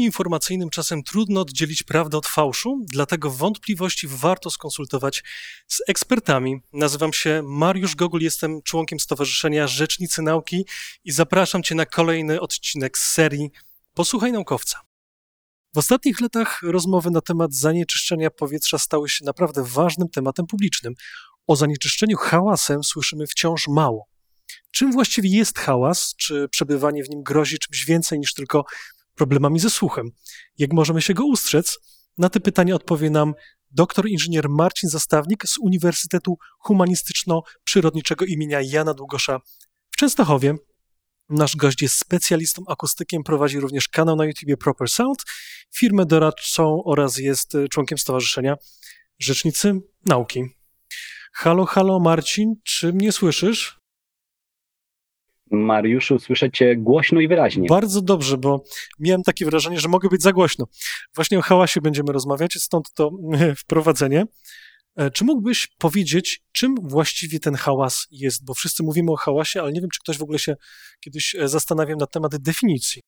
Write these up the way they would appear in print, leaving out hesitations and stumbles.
informacyjnym czasem trudno oddzielić prawdę od fałszu, dlatego wątpliwości warto skonsultować z ekspertami. Nazywam się Mariusz Gogul, jestem członkiem Stowarzyszenia Rzecznicy Nauki i zapraszam Cię na kolejny odcinek z serii Posłuchaj Naukowca. W ostatnich latach rozmowy na temat zanieczyszczenia powietrza stały się naprawdę ważnym tematem publicznym. O zanieczyszczeniu hałasem słyszymy wciąż mało. Czym właściwie jest hałas? Czy przebywanie w nim grozi czymś więcej niż tylko problemami ze słuchem? Jak możemy się go ustrzec? Na te pytania odpowie nam doktor inżynier Marcin Zastawnik z Uniwersytetu Humanistyczno-Przyrodniczego imienia Jana Długosza w Częstochowie. Nasz gość jest specjalistą akustykiem, prowadzi również kanał na YouTubie Proper Sound, firmę doradczą oraz jest członkiem Stowarzyszenia Rzecznicy Nauki. Halo Marcin, czy mnie słyszysz? Mariuszu, słyszę Cię głośno i wyraźnie. Bardzo dobrze, bo miałem takie wrażenie, że mogę być za głośno. Właśnie o hałasie będziemy rozmawiać, stąd to wprowadzenie. Czy mógłbyś powiedzieć, czym właściwie ten hałas jest? Bo wszyscy mówimy o hałasie, ale nie wiem, czy ktoś w ogóle się kiedyś zastanawiał na temat definicji.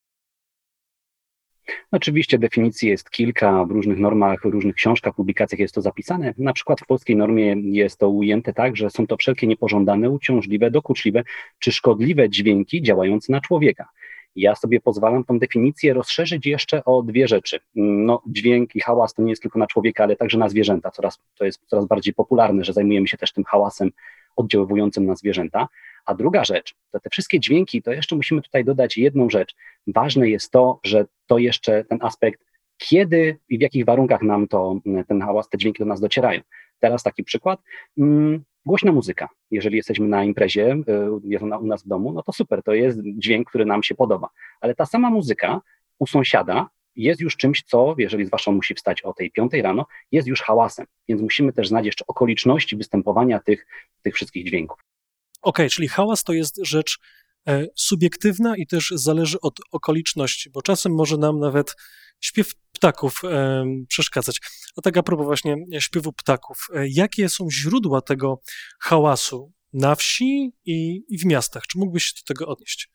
Oczywiście definicji jest kilka, w różnych normach, w różnych książkach, publikacjach jest to zapisane. Na przykład w polskiej normie jest to ujęte tak, że są to wszelkie niepożądane, uciążliwe, dokuczliwe czy szkodliwe dźwięki działające na człowieka. Ja sobie pozwalam tę definicję rozszerzyć jeszcze o dwie rzeczy. Dźwięk i hałas to nie jest tylko na człowieka, ale także na zwierzęta. To jest coraz bardziej popularne, że zajmujemy się też tym hałasem oddziaływującym na zwierzęta. A druga rzecz, to te wszystkie dźwięki, to jeszcze musimy tutaj dodać jedną rzecz. Ważne jest to, że to jeszcze ten aspekt, kiedy i w jakich warunkach nam ten hałas, te dźwięki do nas docierają. Teraz taki przykład. Głośna muzyka. Jeżeli jesteśmy na imprezie, jest ona u nas w domu, no to super, to jest dźwięk, który nam się podoba. Ale ta sama muzyka u sąsiada jest już czymś, co, jeżeli zwłaszcza on musi wstać o tej 5 rano, jest już hałasem. Więc musimy też znać jeszcze okoliczności występowania tych wszystkich dźwięków. Okej, czyli hałas to jest rzecz subiektywna i też zależy od okoliczności, bo czasem może nam nawet śpiew ptaków przeszkadzać. A tak a propos właśnie śpiewu ptaków, jakie są źródła tego hałasu na wsi i w miastach? Czy mógłbyś się do tego odnieść?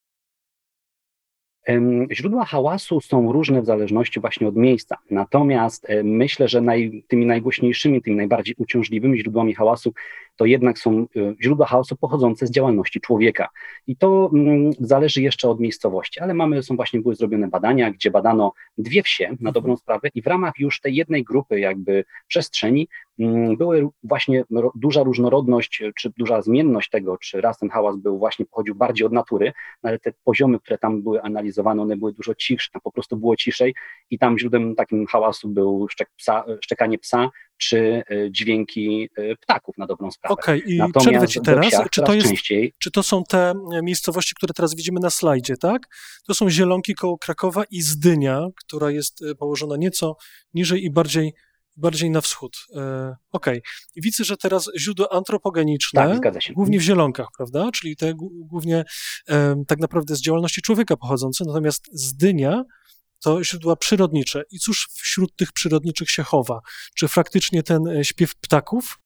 Źródła hałasu są różne w zależności właśnie od miejsca. Natomiast myślę, że tymi najgłośniejszymi, tymi najbardziej uciążliwymi źródłami hałasu to jednak są źródła hałasu pochodzące z działalności człowieka. I to zależy jeszcze od miejscowości, ale były zrobione badania, gdzie badano 2 wsie na dobrą sprawę i w ramach już tej jednej grupy jakby przestrzeni były właśnie duża różnorodność, czy duża zmienność tego, czy raz ten hałas pochodził bardziej od natury, ale te poziomy, które tam były analizowane, one były dużo cichsze, tam po prostu było ciszej i tam źródłem takim hałasu był szczekanie psa, czy dźwięki ptaków na dobrą sprawę. Okej, i przerwę Ci teraz. Czy to są te miejscowości, które teraz widzimy na slajdzie, tak? To są Zielonki koło Krakowa i Zdynia, która jest położona nieco niżej i bardziej na wschód. Okej. I widzę, że teraz źródła antropogeniczne, tak, zgadza się. Głównie w Zielonkach, prawda? Czyli te głównie tak naprawdę z działalności człowieka pochodzące, natomiast Zdynia to źródła przyrodnicze. I cóż wśród tych przyrodniczych się chowa? Czy faktycznie ten śpiew ptaków?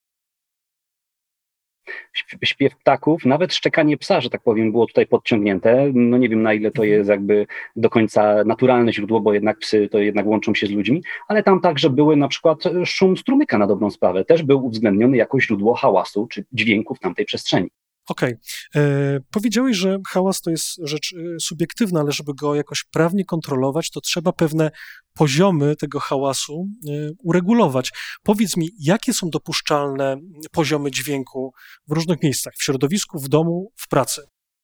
Śpiew ptaków, nawet szczekanie psa, że tak powiem, było tutaj podciągnięte. No nie wiem, na ile to jest jakby do końca naturalne źródło, bo jednak psy to jednak łączą się z ludźmi, ale tam także były na przykład szum strumyka na dobrą sprawę. Też był uwzględniony jako źródło hałasu czy dźwięków tamtej przestrzeni. Okej. Powiedziałeś, że hałas to jest rzecz subiektywna, ale żeby go jakoś prawnie kontrolować, to trzeba pewne poziomy tego hałasu uregulować. Powiedz mi, jakie są dopuszczalne poziomy dźwięku w różnych miejscach, w środowisku, w domu, w pracy?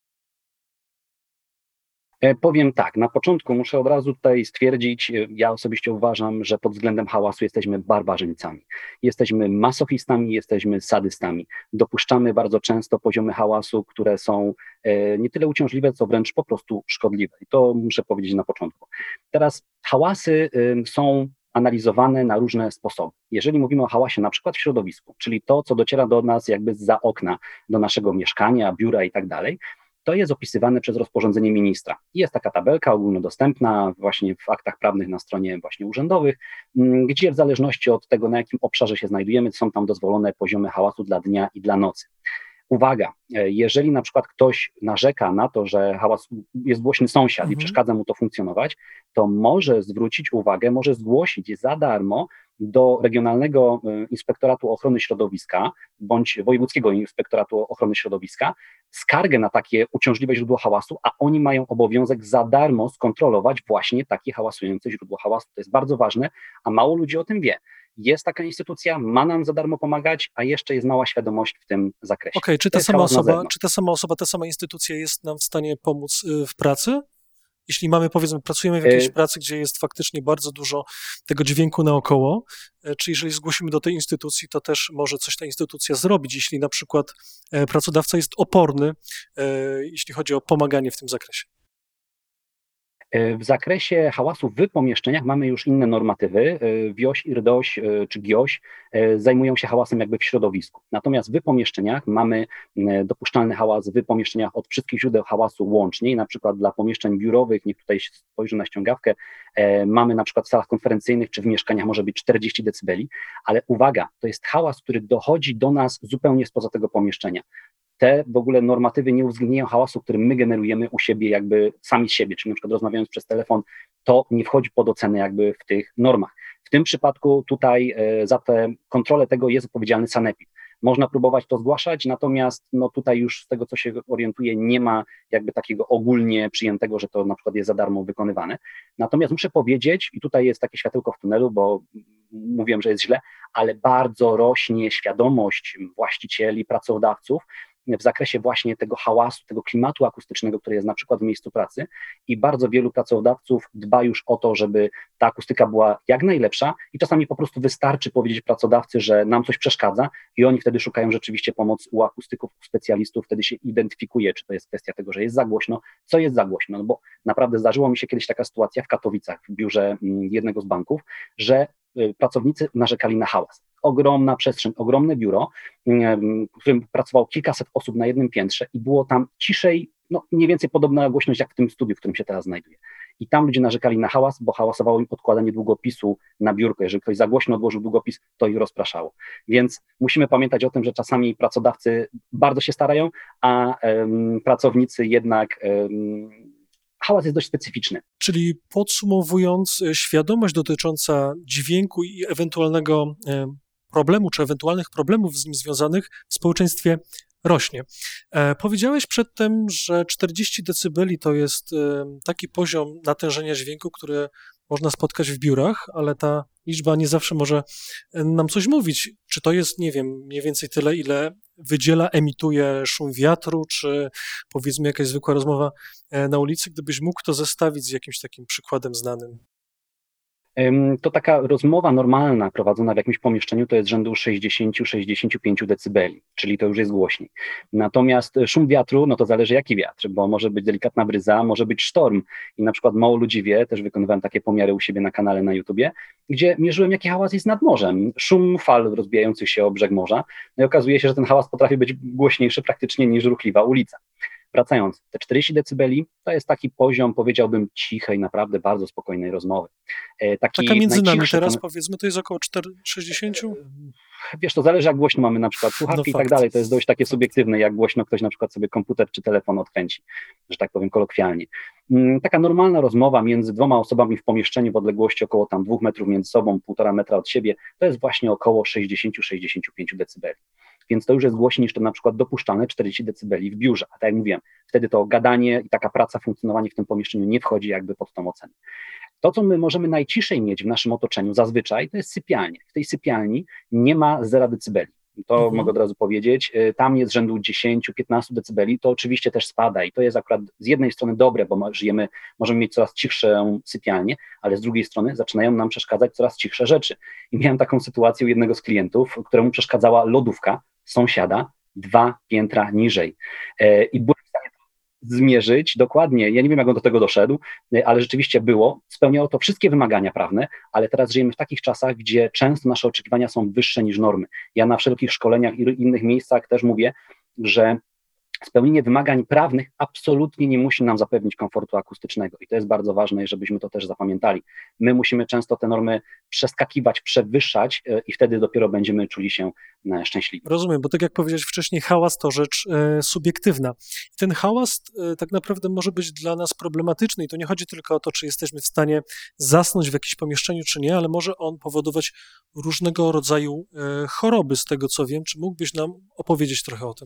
Powiem tak, na początku muszę od razu tutaj stwierdzić, ja osobiście uważam, że pod względem hałasu jesteśmy barbarzyńcami. Jesteśmy masochistami, jesteśmy sadystami. Dopuszczamy bardzo często poziomy hałasu, które są nie tyle uciążliwe, co wręcz po prostu szkodliwe. I to muszę powiedzieć na początku. Teraz hałasy są analizowane na różne sposoby. Jeżeli mówimy o hałasie na przykład w środowisku, czyli to, co dociera do nas jakby zza okna, do naszego mieszkania, biura i tak dalej, to jest opisywane przez rozporządzenie ministra. Jest taka tabelka ogólnodostępna właśnie w aktach prawnych na stronie właśnie urzędowych, gdzie w zależności od tego, na jakim obszarze się znajdujemy, są tam dozwolone poziomy hałasu dla dnia i dla nocy. Uwaga, jeżeli na przykład ktoś narzeka na to, że jest głośny sąsiad i przeszkadza mu to funkcjonować, to może zwrócić uwagę, może zgłosić za darmo do Regionalnego Inspektoratu Ochrony Środowiska bądź Wojewódzkiego Inspektoratu Ochrony Środowiska skargę na takie uciążliwe źródło hałasu, a oni mają obowiązek za darmo skontrolować właśnie takie hałasujące źródło hałasu. To jest bardzo ważne, a mało ludzi o tym wie. Jest taka instytucja, ma nam za darmo pomagać, a jeszcze jest mała świadomość w tym zakresie. Okej, czy ta sama osoba, ta sama instytucja jest nam w stanie pomóc w pracy? Jeśli powiedzmy, pracujemy w jakiejś pracy, gdzie jest faktycznie bardzo dużo tego dźwięku naokoło, czy jeżeli zgłosimy do tej instytucji, to też może coś ta instytucja zrobić, jeśli na przykład pracodawca jest oporny, jeśli chodzi o pomaganie w tym zakresie? W zakresie hałasu w pomieszczeniach mamy już inne normatywy. WIOŚ, IRDOŚ czy GIOŚ zajmują się hałasem jakby w środowisku. Natomiast w pomieszczeniach mamy dopuszczalny hałas w pomieszczeniach od wszystkich źródeł hałasu łącznie. Na przykład dla pomieszczeń biurowych, niech tutaj spojrzy na ściągawkę, mamy na przykład w salach konferencyjnych czy w mieszkaniach może być 40 dB, ale uwaga, to jest hałas, który dochodzi do nas zupełnie spoza tego pomieszczenia. Te w ogóle normatywy nie uwzględniają hałasu, który my generujemy u siebie jakby sami z siebie, czyli na przykład rozmawiając przez telefon, to nie wchodzi pod ocenę jakby w tych normach. W tym przypadku tutaj za tę kontrolę tego jest odpowiedzialny sanepid. Można próbować to zgłaszać, natomiast no tutaj już z tego, co się orientuję, nie ma jakby takiego ogólnie przyjętego, że to na przykład jest za darmo wykonywane. Natomiast muszę powiedzieć, i tutaj jest takie światełko w tunelu, bo mówiłem, że jest źle, ale bardzo rośnie świadomość właścicieli, pracodawców w zakresie właśnie tego hałasu, tego klimatu akustycznego, który jest na przykład w miejscu pracy i bardzo wielu pracodawców dba już o to, żeby ta akustyka była jak najlepsza i czasami po prostu wystarczy powiedzieć pracodawcy, że nam coś przeszkadza i oni wtedy szukają rzeczywiście pomocy u akustyków, u specjalistów, wtedy się identyfikuje, czy to jest kwestia tego, że jest za głośno, co jest za głośno, no bo naprawdę zdarzyła mi się kiedyś taka sytuacja w Katowicach, w biurze jednego z banków, że pracownicy narzekali na hałas. Ogromna przestrzeń, ogromne biuro, w którym pracowało kilkaset osób na jednym piętrze i było tam ciszej, no mniej więcej podobna głośność jak w tym studiu, w którym się teraz znajduję. I tam ludzie narzekali na hałas, bo hałasowało im odkładanie długopisu na biurko. Jeżeli ktoś za głośno odłożył długopis, to ich rozpraszało. Więc musimy pamiętać o tym, że czasami pracodawcy bardzo się starają, a pracownicy jednak hałas jest dość specyficzny. Czyli podsumowując, świadomość dotycząca dźwięku i ewentualnego problemu, czy ewentualnych problemów z nim związanych w społeczeństwie rośnie. Powiedziałeś przedtem, że 40 dB to jest taki poziom natężenia dźwięku, który można spotkać w biurach, ale ta liczba nie zawsze może nam coś mówić. Czy to jest, nie wiem, mniej więcej tyle, ile emituje szum wiatru, czy powiedzmy jakaś zwykła rozmowa na ulicy? Gdybyś mógł to zestawić z jakimś takim przykładem znanym. To taka rozmowa normalna prowadzona w jakimś pomieszczeniu to jest rzędu 60-65 dB, czyli to już jest głośniej. Natomiast szum wiatru, no to zależy jaki wiatr, bo może być delikatna bryza, może być sztorm i na przykład mało ludzi wie, też wykonywałem takie pomiary u siebie na kanale na YouTubie, gdzie mierzyłem jaki hałas jest nad morzem, szum fal rozbijających się o brzeg morza, no i okazuje się, że ten hałas potrafi być głośniejszy praktycznie niż ruchliwa ulica. Wracając, te 40 dB to jest taki poziom, powiedziałbym, cichej, naprawdę bardzo spokojnej rozmowy. Taka między nami teraz, powiedzmy, to jest około 60? Wiesz, to zależy jak głośno mamy na przykład słuchawki i tak dalej, to jest dość takie subiektywne, jak głośno ktoś na przykład sobie komputer czy telefon odkręci, że tak powiem kolokwialnie. Taka normalna rozmowa między dwoma osobami w pomieszczeniu w odległości około tam 2 metrów między sobą, 1,5 metra od siebie, to jest właśnie około 60-65 dB. Więc to już jest głośniej niż to na przykład dopuszczalne 40 dB w biurze. A tak jak mówiłem, wtedy to gadanie i taka praca, funkcjonowanie w tym pomieszczeniu nie wchodzi jakby pod tą ocenę. To, co my możemy najciszej mieć w naszym otoczeniu zazwyczaj, to jest sypialnia. W tej sypialni nie ma 0 dB. To mogę od razu powiedzieć. Tam jest rzędu 10-15 dB, to oczywiście też spada i to jest akurat z jednej strony dobre, bo możemy mieć coraz cichszą sypialnię, ale z drugiej strony zaczynają nam przeszkadzać coraz cichsze rzeczy. I miałem taką sytuację u jednego z klientów, któremu przeszkadzała lodówka sąsiada 2 piętra niżej. I byłem w stanie to zmierzyć dokładnie. Ja nie wiem, jak on do tego doszedł, ale rzeczywiście spełniało to wszystkie wymagania prawne, ale teraz żyjemy w takich czasach, gdzie często nasze oczekiwania są wyższe niż normy. Ja na wszelkich szkoleniach i innych miejscach też mówię, że Spełnienie wymagań prawnych absolutnie nie musi nam zapewnić komfortu akustycznego i to jest bardzo ważne, żebyśmy to też zapamiętali. My musimy często te normy przeskakiwać, przewyższać i wtedy dopiero będziemy czuli się szczęśliwi. Rozumiem, bo tak jak powiedziałeś wcześniej, hałas to rzecz subiektywna. I ten hałas tak naprawdę może być dla nas problematyczny i to nie chodzi tylko o to, czy jesteśmy w stanie zasnąć w jakimś pomieszczeniu, czy nie, ale może on powodować różnego rodzaju choroby, z tego co wiem. Czy mógłbyś nam opowiedzieć trochę o tym?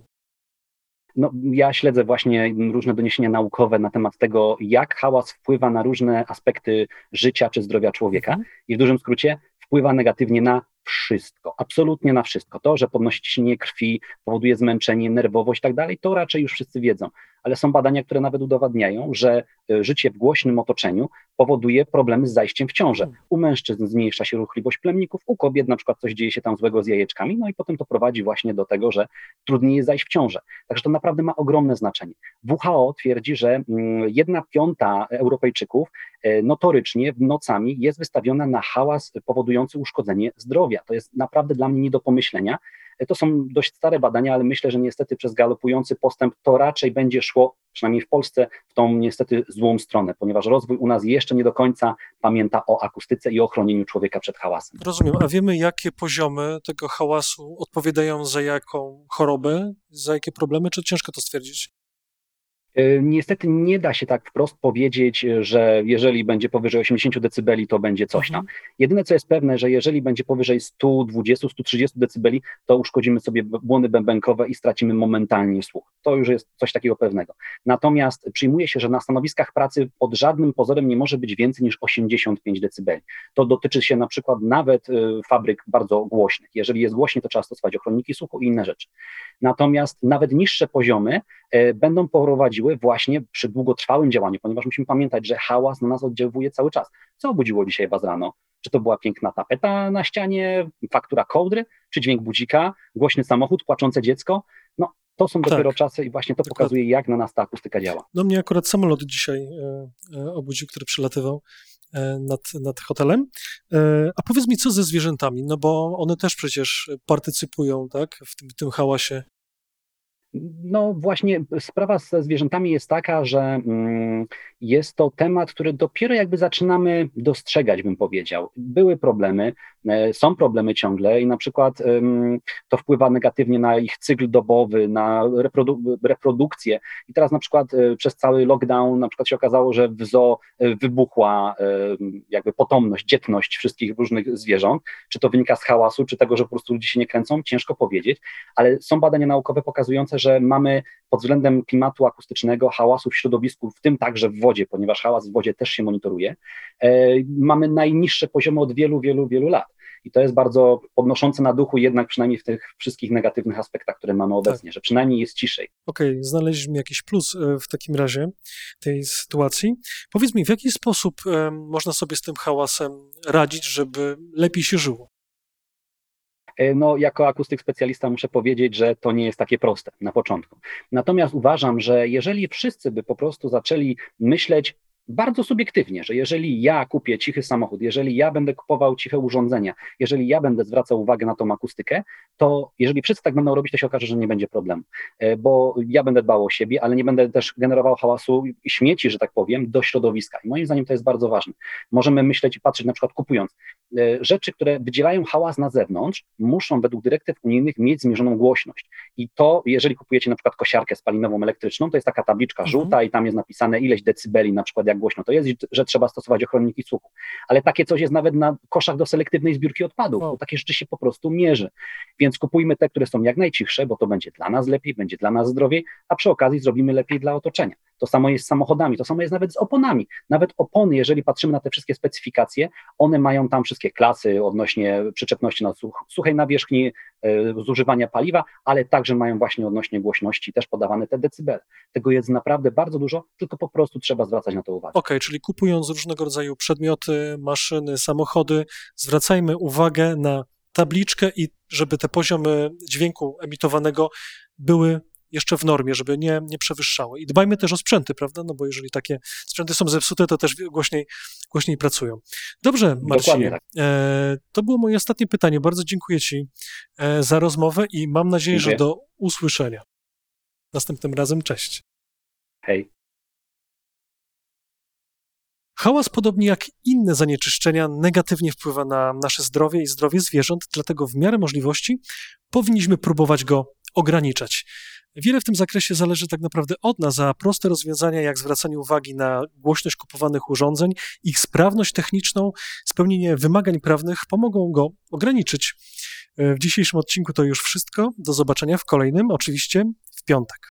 No, ja śledzę właśnie różne doniesienia naukowe na temat tego, jak hałas wpływa na różne aspekty życia czy zdrowia człowieka i w dużym skrócie wpływa negatywnie na wszystko, absolutnie na wszystko. To, że podnosi ciśnienie krwi, powoduje zmęczenie, nerwowość i tak dalej, to raczej już wszyscy wiedzą, ale są badania, które nawet udowadniają, że życie w głośnym otoczeniu powoduje problemy z zajściem w ciążę. U mężczyzn zmniejsza się ruchliwość plemników, u kobiet na przykład coś dzieje się tam złego z jajeczkami, no i potem to prowadzi właśnie do tego, że trudniej jest zajść w ciążę. Także to naprawdę ma ogromne znaczenie. WHO twierdzi, że 1/5 Europejczyków notorycznie nocami jest wystawiona na hałas powodujący uszkodzenie zdrowia. To jest naprawdę dla mnie nie do pomyślenia. To są dość stare badania, ale myślę, że niestety przez galopujący postęp to raczej będzie szło, przynajmniej w Polsce, w tą niestety złą stronę, ponieważ rozwój u nas jeszcze nie do końca pamięta o akustyce i ochronieniu człowieka przed hałasem. Rozumiem, a wiemy, jakie poziomy tego hałasu odpowiadają za jaką chorobę, za jakie problemy, czy ciężko to stwierdzić? Niestety nie da się tak wprost powiedzieć, że jeżeli będzie powyżej 80 decybeli, to będzie coś tam. Jedyne, co jest pewne, że jeżeli będzie powyżej 120, 130 decybeli, to uszkodzimy sobie błony bębenkowe i stracimy momentalnie słuch. To już jest coś takiego pewnego. Natomiast przyjmuje się, że na stanowiskach pracy pod żadnym pozorem nie może być więcej niż 85 decybeli. To dotyczy się na przykład nawet fabryk bardzo głośnych. Jeżeli jest głośniej, to trzeba stosować ochronniki słuchu i inne rzeczy. Natomiast nawet niższe poziomy będą prowadziły właśnie przy długotrwałym działaniu, ponieważ musimy pamiętać, że hałas na nas oddziałuje cały czas. Co obudziło dzisiaj was rano? Czy to była piękna tapeta na ścianie, faktura kołdry, czy dźwięk budzika, głośny samochód, płaczące dziecko? No, to są dopiero czasy i właśnie to pokazuje, jak na nas ta akustyka działa. No mnie akurat samolot dzisiaj obudził, który przylatywał nad hotelem. A powiedz mi, co ze zwierzętami? No bo one też przecież partycypują, tak, w tym hałasie. No właśnie sprawa ze zwierzętami jest taka, że jest to temat, który dopiero jakby zaczynamy dostrzegać, bym powiedział. Były problemy, są problemy ciągle i na przykład to wpływa negatywnie na ich cykl dobowy, na reprodukcję i teraz na przykład przez cały lockdown na przykład się okazało, że w zoo wybuchła jakby potomność, dzietność wszystkich różnych zwierząt. Czy to wynika z hałasu, czy tego, że po prostu ludzie się nie kręcą, ciężko powiedzieć, ale są badania naukowe pokazujące, że mamy pod względem klimatu akustycznego, hałasu w środowisku, w tym także w wodzie, ponieważ hałas w wodzie też się monitoruje, mamy najniższe poziomy od wielu, wielu, wielu lat. I to jest bardzo podnoszące na duchu jednak przynajmniej w tych wszystkich negatywnych aspektach, które mamy obecnie, że przynajmniej jest ciszej. Okej, znaleźliśmy jakiś plus w takim razie tej sytuacji. Powiedz mi, w jaki sposób można sobie z tym hałasem radzić, żeby lepiej się żyło? No, jako akustyk specjalista muszę powiedzieć, że to nie jest takie proste na początku. Natomiast uważam, że jeżeli wszyscy by po prostu zaczęli myśleć bardzo subiektywnie, że jeżeli ja kupię cichy samochód, jeżeli ja będę kupował ciche urządzenia, jeżeli ja będę zwracał uwagę na tą akustykę, to jeżeli wszyscy tak będą robić, to się okaże, że nie będzie problemu, bo ja będę dbał o siebie, ale nie będę też generował hałasu i śmieci, że tak powiem, do środowiska. I moim zdaniem to jest bardzo ważne. Możemy myśleć i patrzeć na przykład kupując. Rzeczy, które wydzielają hałas na zewnątrz, muszą według dyrektyw unijnych mieć zmierzoną głośność. I to, jeżeli kupujecie na przykład kosiarkę spalinową elektryczną, to jest taka tabliczka żółta i tam jest napisane ileś decybeli, na przykład jak głośno to jest, że trzeba stosować ochronniki słuchu. Ale takie coś jest nawet na koszach do selektywnej zbiórki odpadów, bo takie rzeczy się po prostu mierzy. Więc kupujmy te, które są jak najcichsze, bo to będzie dla nas lepiej, będzie dla nas zdrowiej, a przy okazji zrobimy lepiej dla otoczenia. To samo jest z samochodami, to samo jest nawet z oponami. Nawet opony, jeżeli patrzymy na te wszystkie specyfikacje, one mają tam wszystkie klasy odnośnie przyczepności na suchej nawierzchni, zużywania paliwa, ale także mają właśnie odnośnie głośności też podawane te decybele. Tego jest naprawdę bardzo dużo, tylko po prostu trzeba zwracać na to uwagę. Okej, czyli kupując różnego rodzaju przedmioty, maszyny, samochody, zwracajmy uwagę na tabliczkę i żeby te poziomy dźwięku emitowanego były jeszcze w normie, żeby nie przewyższały. I dbajmy też o sprzęty, prawda? No bo jeżeli takie sprzęty są zepsute, to też głośniej pracują. Dobrze, Marcinie. Tak. To było moje ostatnie pytanie. Bardzo dziękuję Ci za rozmowę i mam nadzieję, że do usłyszenia. Następnym razem cześć. Hej. Hałas, podobnie jak inne zanieczyszczenia, negatywnie wpływa na nasze zdrowie i zdrowie zwierząt, dlatego w miarę możliwości powinniśmy próbować go ograniczać. Wiele w tym zakresie zależy tak naprawdę od nas, a proste rozwiązania jak zwracanie uwagi na głośność kupowanych urządzeń, ich sprawność techniczną, spełnienie wymagań prawnych pomogą go ograniczyć. W dzisiejszym odcinku to już wszystko. Do zobaczenia w kolejnym, oczywiście w piątek.